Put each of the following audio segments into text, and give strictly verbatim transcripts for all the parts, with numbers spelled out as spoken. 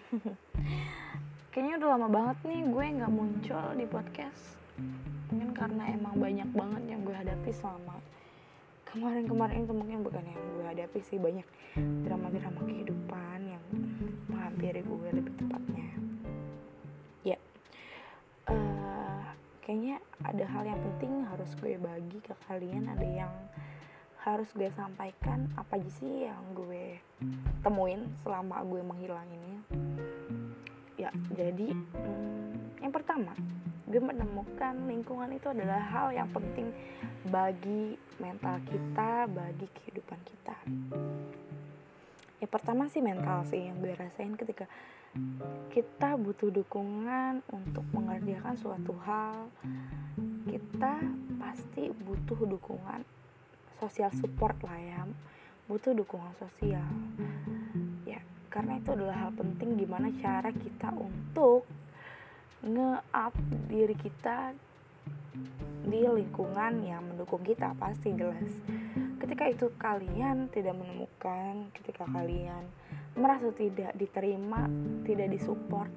Kayaknya udah lama banget nih gue gak muncul di podcast. Mungkin karena emang banyak banget yang gue hadapi selama kemarin-kemarin itu. Mungkin bukan yang gue hadapi sih, banyak drama-drama kehidupan yang menghampiri gue lebih tepatnya. Ya, uh, kayaknya ada hal yang penting harus gue bagi ke kalian. Ada yang harus gue sampaikan, apa aja sih yang gue temuin selama gue menghilang ini. Ya, jadi hmm, yang pertama, gue menemukan lingkungan itu adalah hal yang penting bagi mental kita, bagi kehidupan kita. Yang pertama sih mental sih, yang gue rasain ketika kita butuh dukungan untuk mengerjakan suatu hal, kita pasti butuh dukungan sosial support lah ya, butuh dukungan sosial ya, karena itu adalah hal penting gimana cara kita untuk nge-up diri kita di lingkungan yang mendukung kita. Pasti jelas ketika itu kalian tidak menemukan, ketika kalian merasa tidak diterima, tidak disupport,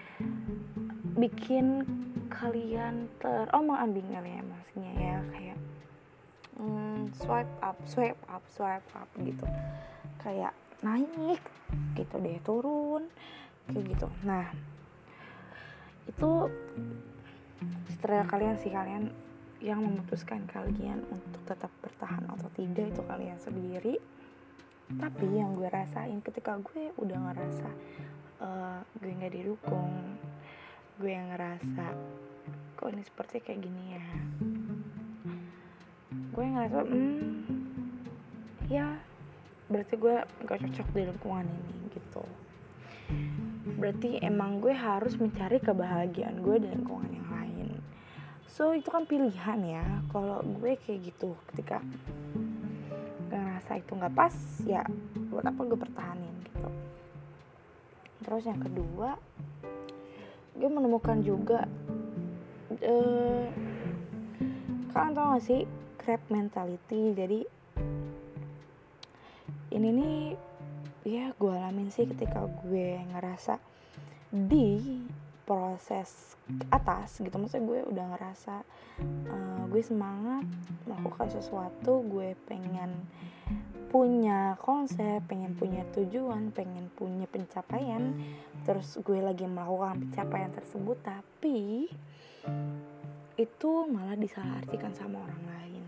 bikin kalian terombang-ambing ya, maksudnya ya kayak Hmm, swipe up, swipe up, swipe up gitu, kayak naik gitu deh, turun kayak gitu. Nah, itu setelah kalian sih, kalian yang memutuskan kalian untuk tetap bertahan atau tidak, itu kalian sendiri. Tapi yang gue rasain ketika gue udah ngerasa uh, gue nggak didukung, gue ngerasa kok ini seperti kayak gini ya, gue ngerasa hmm ya berarti gue gak cocok di lingkungan ini gitu. Berarti emang gue harus mencari kebahagiaan gue di lingkungan yang lain. So itu kan pilihan ya. Kalau gue kayak gitu, ketika gue ngerasa itu gak pas, ya buat apa gue pertahanin gitu. Terus yang kedua, gue menemukan juga uh, kalian tau gak sih crab mentality. Jadi ini nih ya gue alamin sih ketika gue ngerasa di proses atas gitu. Maksudnya gue udah ngerasa uh, gue semangat melakukan sesuatu, gue pengen punya konsep, pengen punya tujuan, pengen punya pencapaian. Terus gue lagi melakukan pencapaian tersebut, tapi itu malah disalahartikan sama orang lain.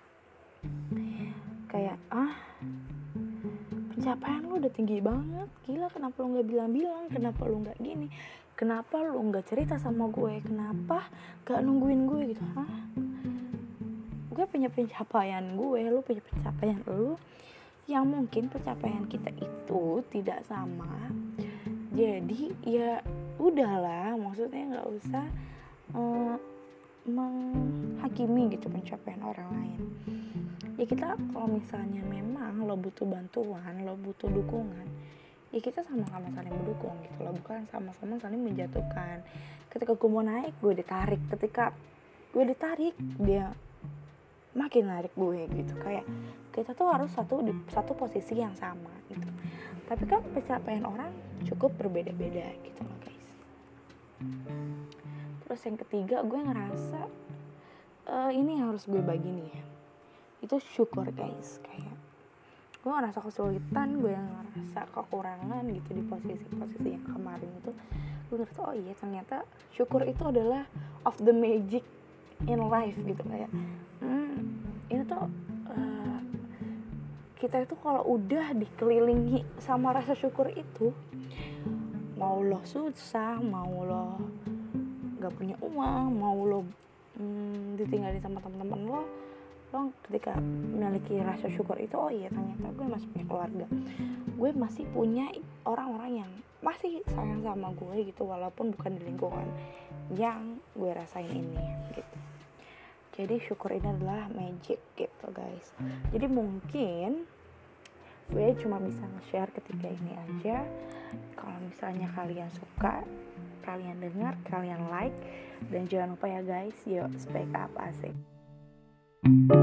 Kayak ah pencapaian lu udah tinggi banget, gila, kenapa lu gak bilang-bilang, kenapa lu gak gini, kenapa lu gak cerita sama gue, kenapa gak nungguin gue gitu. Hah? Gue punya pencapaian gue, lu punya pencapaian lu, yang mungkin pencapaian kita itu tidak sama. Jadi ya udahlah, maksudnya gak usah uh, menghakimi gitu pencapaian orang lain. Ya kita kalau misalnya memang lo butuh bantuan, lo butuh dukungan, ya kita sama-sama saling mendukung gitu loh, bukan sama-sama saling menjatuhkan. Ketika gue mau naik, gue ditarik. Ketika gue ditarik, dia makin narik gue gitu. Kayak kita tuh harus satu di satu posisi yang sama gitu. Tapi kan pencapaian orang cukup berbeda-beda gitu loh guys. Terus yang ketiga, gue ngerasa uh, ini harus gue bagi nih ya, itu syukur guys. Kayak gue ngerasa kesulitan, gue ngerasa kekurangan gitu di posisi-posisi yang kemarin itu. Gue ngerasa oh iya, ternyata syukur itu adalah of the magic in life gitu. Kayak hmm, ini tuh uh, kita itu kalau udah dikelilingi sama rasa syukur itu, mau lo susah, mau lo gak punya uang, mau lo hmm, ditinggalin sama teman-teman lo, lo ketika memiliki rasa syukur itu, oh iya ternyata gue masih punya keluarga, gue masih punya orang-orang yang masih sayang sama gue gitu, walaupun bukan di lingkungan yang gue rasain ini gitu. Jadi syukur ini adalah magic gitu guys. Jadi mungkin gue cuma bisa nge-share ketika ini aja. Kalau misalnya kalian suka, kalian dengar, kalian like, dan jangan lupa ya guys, yuk speak up, asik.